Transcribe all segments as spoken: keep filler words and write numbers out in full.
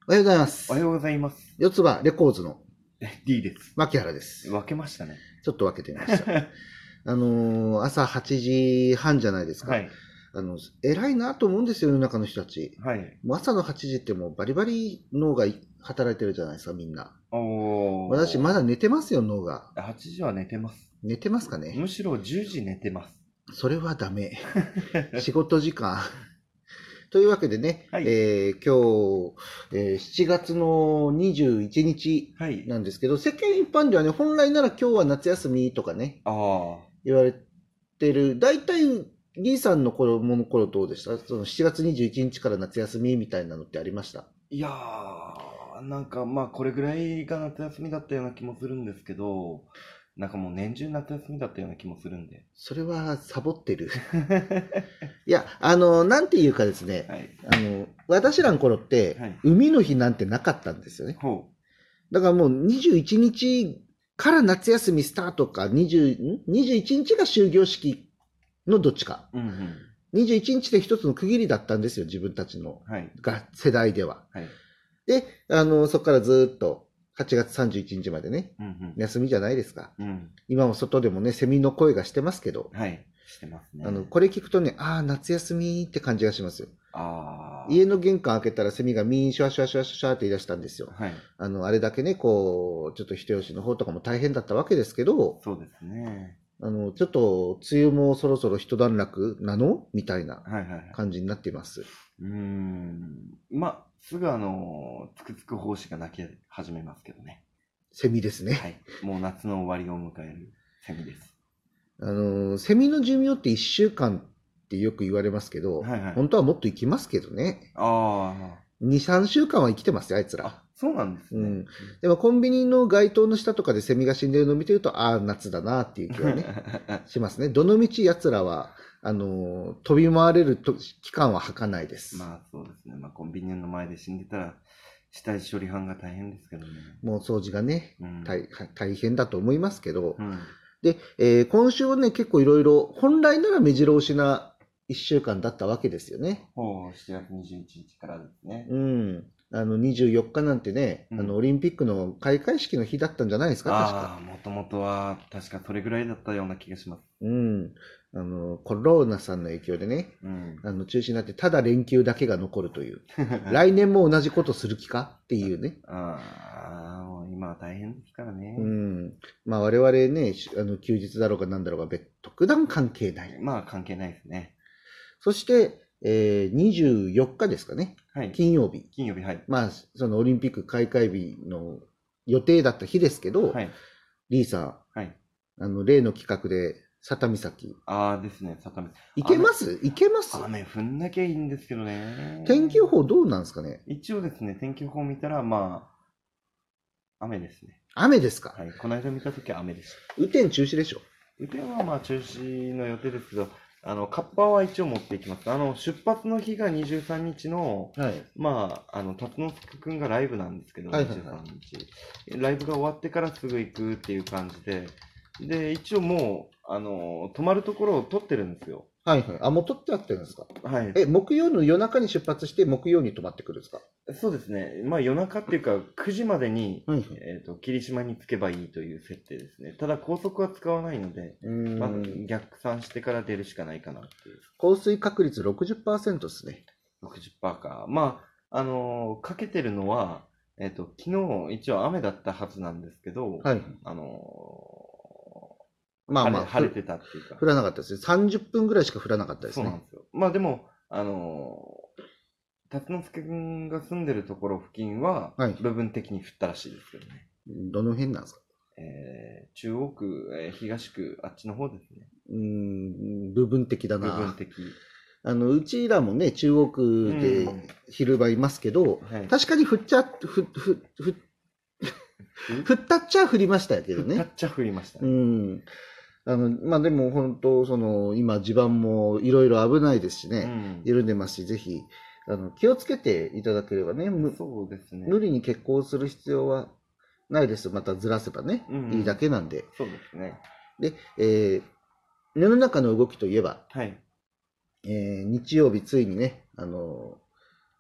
おはようございます。 おはようございます。 四つ葉レコーズの D です。 牧原です。 分けましたね。 ちょっと分けてみました。あのー、朝はちじはんじゃないですか。 はい。 あの、偉いなと思うんですよ、世の中の人たち。 はい。 もう朝のはちじってもうバリバリ脳が働いてるじゃないですか、みんな。 おー。 私まだ寝てますよ、脳が。 はちじは寝てます。 寝てますかね。 むしろじゅうじ寝てます。 それはダメ。仕事時間。というわけでね、 はいえー今日、えーしちがつのにじゅういちにちはい。 なんですけど、世間一般ではね、本来なら今日は夏休みとかね、 あー。 言われてる。大体、リーさんの頃の頃どうでした？そのしちがつにじゅういちにちから夏休みみたいなのってありました？ いやー、なんかまあこれぐらいが夏休みだったような気もするんですけど、なんかもう年中夏休みだったような気もするんで。 それはサボってる。いや、あの、なんていうかですね、 はい。 あの、私らの頃って、 はい。 海の日なんてなかったんですよね。 ほだからもうにじゅういちにちから夏休みスタートか、にじゅう、ん ?にじゅういちにちが終業式のどっちか。 う。うんうん。 にじゅういちにちで一つの区切りだったんですよ、自分たちのはい。 が世代では。 はい。 で、あの、そこからずっとはちがつさんじゅういちにちまでね、 うん休みじゃないですか。 うん。うん。 今も外でもね、セミの声がしてますけど、 はい。してますね。 あの、これ聞くとね、ああ、夏休みって感じがしますよ。 あー。 家の玄関開けたらセミがミーンシュワシュワシュワシュワって言い出したんですよ。 はい。 あの、あれだけね、こう、ちょっと人吉の方とかも大変だったわけですけど、 そうですね。 あの、ちょっと、梅雨もそろそろ一段落なのみたいなはいはいはい。 感じになっています。 うーん。ま、すぐあの、つくつく胞子が鳴き始めますけどね。 セミですね。 はい。もう夏の終わりを迎えるセミです。 あの、セミの寿命っていっしゅうかんってよく言われますけど、 はいはい。 本当はもっと生きますけどね。 あに、さんしゅうかんは生きてますよ、あいつあ。 ら。 あ、そうなんですね。 うん。でもコンビニの街灯の下とかでセミが死んでるのを見てると、ああ、夏だなっていう気はね、しますね。どのみち奴らは、あの、飛び回れると期間は儚ないです。 まあそうですね。まあコンビニの前で死んでたら、死体処理班が大変ですけどね。 もう掃除がね、 うん。 大大変だと思いますけど、 うん。 で、えー今週はね、結構いろいろ、本来なら目白押しないっしゅうかんだったわけですよね。 ほう、しちがつにじゅういちにちからですね。 うん。あの、にじゅうよっかなんてね、 うんあの、オリンピックの開会式の日だったんじゃないですか、確か。 ああ、もともとは確かそれぐらいだったような気がします。 うん。あの、コロナさんの影響でね、 うん。 あの、中止になって、ただ連休だけが残るという。来年も同じことする気かっていうね。 ああ、もう今は大変ですからね。 うん。まあ我々ね、しあの休日だろうが何だろうが別特段関係ない。 まあ関係ないですね。 そして、えー、にじゅうよっかですかね。 はい。 金曜日。 金曜日、はい。 まあ、そのオリンピック開会日の予定だった日ですけど、 はい。 リーさん、 はい。 あの、例の企画で、佐多岬。 ああですね、里見。 行けます行けます雨降んなきゃいいんですけどね。 天気予報どうなんですかね？ 一応ですね、天気予報見たら、まあ、雨ですね。 雨ですか？ はい。この間見たときは雨でした。 雨天中止でしょ？ 雨天はまあ中止の予定ですけど、あの、カッパは一応持っていきます。あの、出発の日がにじゅうさんにちの、 はい。 まあ、あの、辰之助くんがライブなんですけど、 はいはいはいにじゅうさんにち。ライブが終わってからすぐ行くっていう感じで、で、一応もう、あの、泊まるところを取ってるんですよ。 はいはい。あ、もう取ってあってるんですか？ はい。 え、木曜の夜中に出発して木曜に泊まってくるんですか？ そうですね。まあ夜中っていうかくじまでに、 はいはい。 えっと、霧島に着けばいいという設定ですね。ただ高速は使わないので、 うまあーん。 逆算してから出るしかないかなっていう。 降水確率 ろくじゅっパーセント ですね。 ろくじゅっパーセントか。まあ、あのーかけてるのは、えっと、昨日一応雨だったはずなんですけど、 はい。 あのーまあまあ、 晴れ晴れてたっていうか。 降らなかったですね。さんじゅっぷんぐらいしか降らなかったですね。 そうなんですよ。まあでも、あのー、辰之助くんが住んでるところ付近は、 はい部分的に降ったらしいですけどね。 どの辺なんですか？ えー中央区、えー東区、あっちの方ですね。 うーん、部分的だな。 部分的。 あの、うちらもね、中央区でうん昼間いますけど、 はい。 確かに降っちゃ、ふ、ふ、ふ、降ったっちゃ降りましたけどね。 降ったっちゃ降りましたうね。 ん。あの、まあ、でも本当、その、今地盤もいろいろ危ないですしうね、 ん。 緩んでますし、ぜひ、あの、気をつけていただければね、むそうですね。 無理に決行する必要はないです。またずらせばね、 うんいいだけなんで。 そうですね。 で、えー世の中の動きといえば、 はい。 えー日曜日ついにね、あの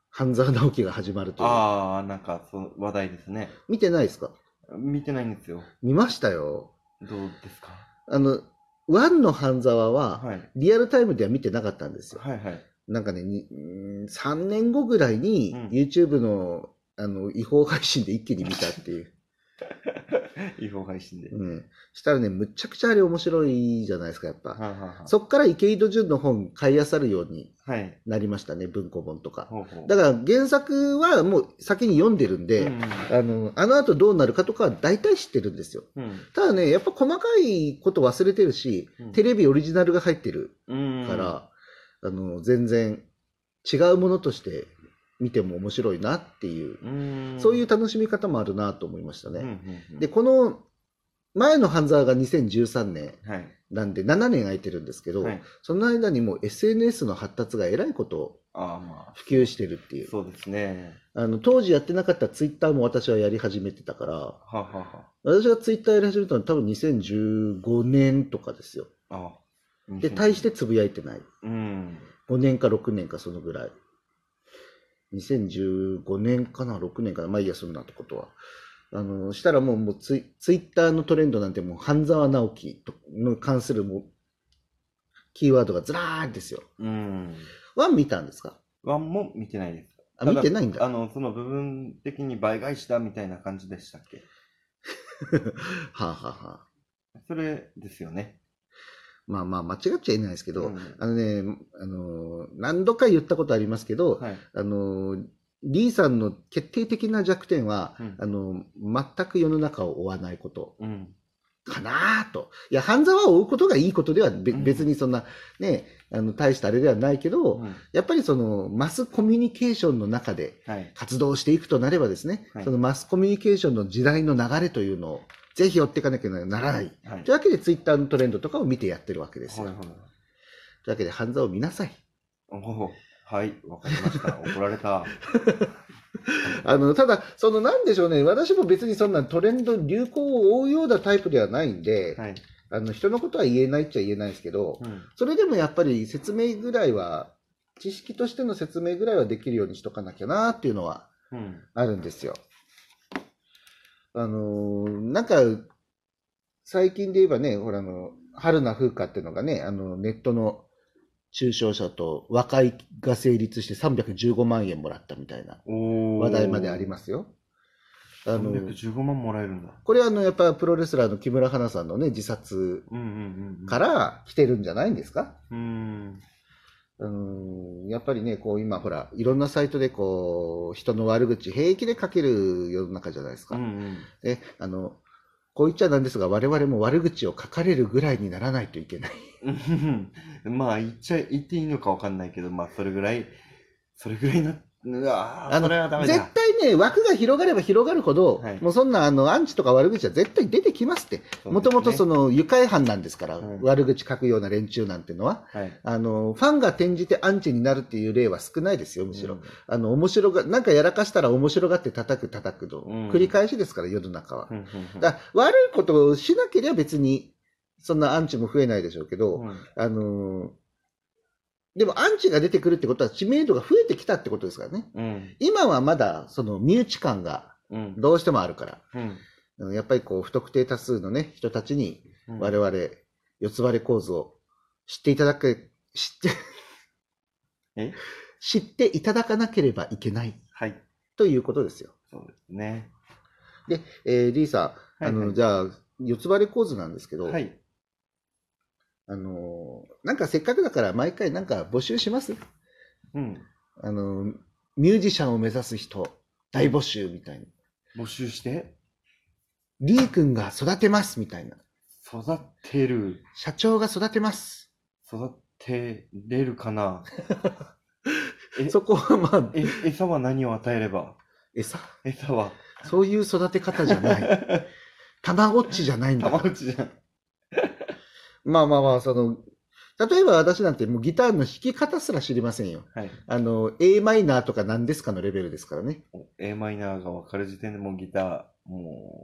半沢直樹が始まるという。 ああ、なんか、そう、話題ですね。 見てないですか？ 見てないんですよ。 見ましたよ。 どうですか？ あの、ワンの半沢は、 はい。 リアルタイムでは見てなかったんですよ。 はいはい。 なんかね、にうーんさんねんごぐらいにうん YouTube の、あの違法配信で一気に見たっていう。 違法配信で。 うん。したらね、むっちゃくちゃあれ面白いじゃないですか、やっぱ。 はあ、はあはあ、 そっから池井戸潤の本買い漁るようにはい。 なりましたね、文庫本とか。 ほうほう。 だから原作はもう先に読んでるんで、 うんあの、あの後どうなるかとかは大体知ってるんですよ。 うん。 ただね、やっぱ細かいこと忘れてるし、 うんテレビオリジナルが入ってるうん。 から、あの、全然違うものとして見ても面白いなっていう、 うん。 そういう楽しみ方もあるなと思いましたね。 うんうんうん。 で、この前の半沢がにせんじゅうさんねんはい。 なんでななねん空いてるんですけど、 はい。 その間にもう エスエヌエス の発達がえらいことをああ、まあ。 普及してるっていう。 そうですね。 あの当時やってなかったツイッターも私はやり始めてたから、 はあ、はあは私がツイッターやり始めたのは多分にせんじゅうごねんとかですよ。 あ、ああ。 で、大してつぶやいてない。 うん。 ごねんかろくねんかそのぐらい。にせんじゅうごねんかな、ろくねんかな、まあいいや、そんなことは。あの、したらもう、もうツイ、ツイッターのトレンドなんてもう、半沢直樹との関するもう、キーワードがずらーんですよ。 うん。 ワン見たんですか？ ワンも見てないです。 あ、 ただ見てないんだ。 あの、その部分的に倍返しだみたいな感じでしたっけ？ はあ、はあはあ、 それですよね。 まあまあ、間違っちゃいないですけど、 うんあのね、あの、何度か言ったことありますけど、 はい。 あの、リーさんの決定的な弱点は、 うんあの、全く世の中を追わないこと。 うん。 かなぁと。いや、半沢を追うことがいいことではべ、 うん別にそんな、ね、あの、大したあれではないけど、 うんやっぱりその、マスコミュニケーションの中ではい。 活動していくとなればですね、 はいそのマスコミュニケーションの時代の流れというのを、ぜひ追っていかなきゃならない。 はい。 というわけで、ツイッターのトレンドとかを見てやってるわけですよ。 はいはい。 というわけで、半沢を見なさい。 おお、はい、わかりました。怒られた。 あの、ただ、その、なんでしょうね、私も別にそんなトレンド、流行を追うようなタイプではないんで、 はい。 あの、人のことは言えないっちゃ言えないですけど、 うん。 それでもやっぱり説明ぐらいは、知識としての説明ぐらいはできるようにしとかなきゃなっていうのはうん。 あるんですよ。あのーなんか、最近で言えばね、ほらあの、春名風花っていうのがね、あの、ネットの中傷者と和解が成立してさんびゃくじゅうごまんえんもらったみたいなおお。 話題までありますよ。あのさんびゃくじゅうごまんもらえるんだ。 これはあの、やっぱプロレスラーの木村花さんのね、自殺うんうんうん。 か、ら来てるんじゃないんですか？ うん。 うーんやっぱりね、こう今ほら、いろんなサイトでこう、人の悪口平気で書ける世の中じゃないですか。 うんうん。 で、あの、こう言っちゃなんですが、我々も悪口を書かれるぐらいにならないといけない。 うんまあ、言っちゃ、言っていいのかわかんないけど、まあ、それぐらい、それぐらいな、うわーあのそれはダメだ。 絶対ね、枠が広がれば広がるほど、 はいもうそんなあのアンチとか悪口は絶対出てきますって。もともとその、 の愉快犯なんですから、 うん悪口書くような連中なんてのは。 はい。 あの、ファンが転じてアンチになるっていう例は少ないですよ、むしろ。 うんあの、面白が、なんかやらかしたら面白がって叩く叩くの、 うん繰り返しですから、世の中は。 うんうんうんだから悪いことをしなければ別に、そんなアンチも増えないでしょうけど、 うんあのーでもアンチが出てくるってことは知名度が増えてきたってことですからね。 うん今はまだその身内感がうんどうしてもあるから、 うんうんやっぱりこう不特定多数のね、人たちにうん我々四つ葉れ構図を知っていただく、知って、 え知っていただかなければいけないはい。 ということですよ。 そうですね。 で、えー、リーさん、あの、 はいはいじゃあ、四つ葉れ構図なんですけど、 はい。 あのーなんかせっかくだから毎回なんか募集しますうん。 あのーミュージシャンを目指す人、大募集みたいな。 募集して、 リー君が育てますみたいな。 育てる、 社長が育てます。 育てれるかな。えそこはまあ、 え、餌は何を与えれば餌餌は。 そういう育て方じゃない。たまごっちじゃないんだ。 卵ちじゃん。 まあまあまあ、その、例えば私なんてもうギターの弾き方すら知りませんよ。 はい。 あの、A マイナーとか何ですかのレベルですからね。 A マイナーが分かる時点でもうギター、も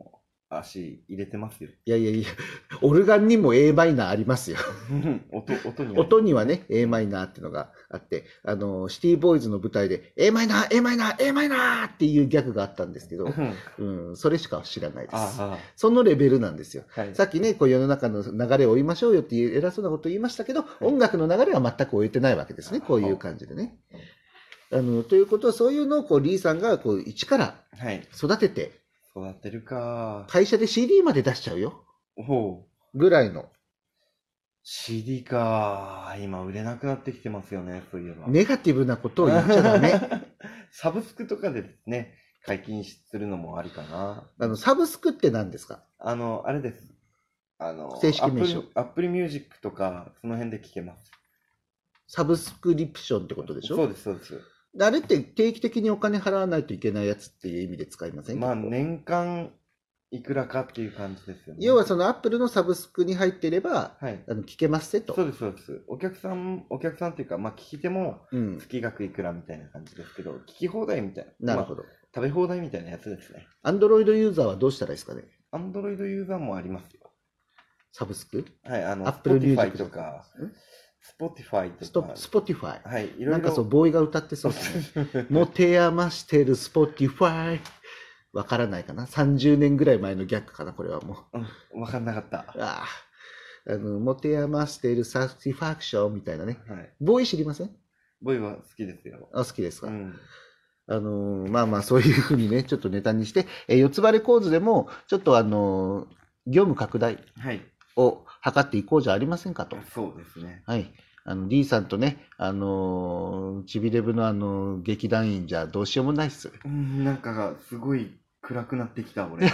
足入れてますよ。 いやいやいや、オルガンにも A マイナーありますよ。 音、音には。 音にはね、A マイナーっていうのがあって、あの、シティボーイズの舞台で、A マイナー、A マイナー、A マイナーっていうギャグがあったんですけど、うん、それしか知らないです。 ああ、 そのレベルなんですよ。 はい。 さっきね、こう世の中の流れを追いましょうよっていう偉そうなことを言いましたけど、音楽の流れは全く追えてないわけですね、こういう感じでね。あの、ということは、そういうのをこうリーさんがこう一からはい。 育てて、 育てるか。 会社で シーディー まで出しちゃうよ。 おう。 ぐらいの。 シーディー か。今売れなくなってきてますよね、そういえば。 ネガティブなことを言っちゃダメ。 サブスクとかでですね、解禁するのもありかな。 あの、サブスクって何ですか？ あの、あれです。あの、 正式名称。 アップルミュージックとか、その辺で聞けます。 サブスクリプションってことでしょ？ そうです、そうです。 あれって定期的にお金払わないといけないやつっていう意味で使いません？ まあ、 結構年間いくらかっていう感じですよね。 要はそのアップルのサブスクに入っていれば、 はい。 あの聞けますせと。 そうです、そうです。お客さん、お客さんっていうか、まあ、聞き手もうん。 月額いくらみたいな感じですけど、聞き放題みたいな。 なるほど。 まあ食べ放題みたいなやつですね。 アンドロイドユーザーはどうしたらいいですかね？ アンドロイドユーザーもありますよ。 サブスク？ はい、あの、 Apple Spotify Music とか、 ん Spotify ストとか、 スポティファイ。 はい、いろないんかそう、 ろ。 ボーイが歌ってそうですね。持て余してるスポティファイ。わからないかな ?さんじゅう 年ぐらい前のギャグかなこれはもう。 うん、わかんなかった。 ああ。あの、持て余しているサティファクションみたいなね。 はい。 ボーイ知りません？ ボイは好きですよ。 あ、好きですか？ うん。 あのーまあまあそういうふうにね、ちょっとネタにして、えー四つ葉レコーズでも、ちょっとあのー業務拡大はい。 を図っていこうじゃありませんかと。 そうですね。 はい。あの、D さんとね、あのーチビレブのあのー劇団員じゃどうしようもないっす。 うん、なんかがすごい暗くなってきた、俺。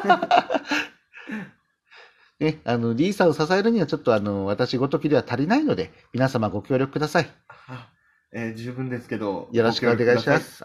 ね、あの、D さんを支えるにはちょっとあの、私ごときでは足りないので、皆様ご協力ください。 あえー十分ですけど、 よろしくお願いしご協力ください。 ます。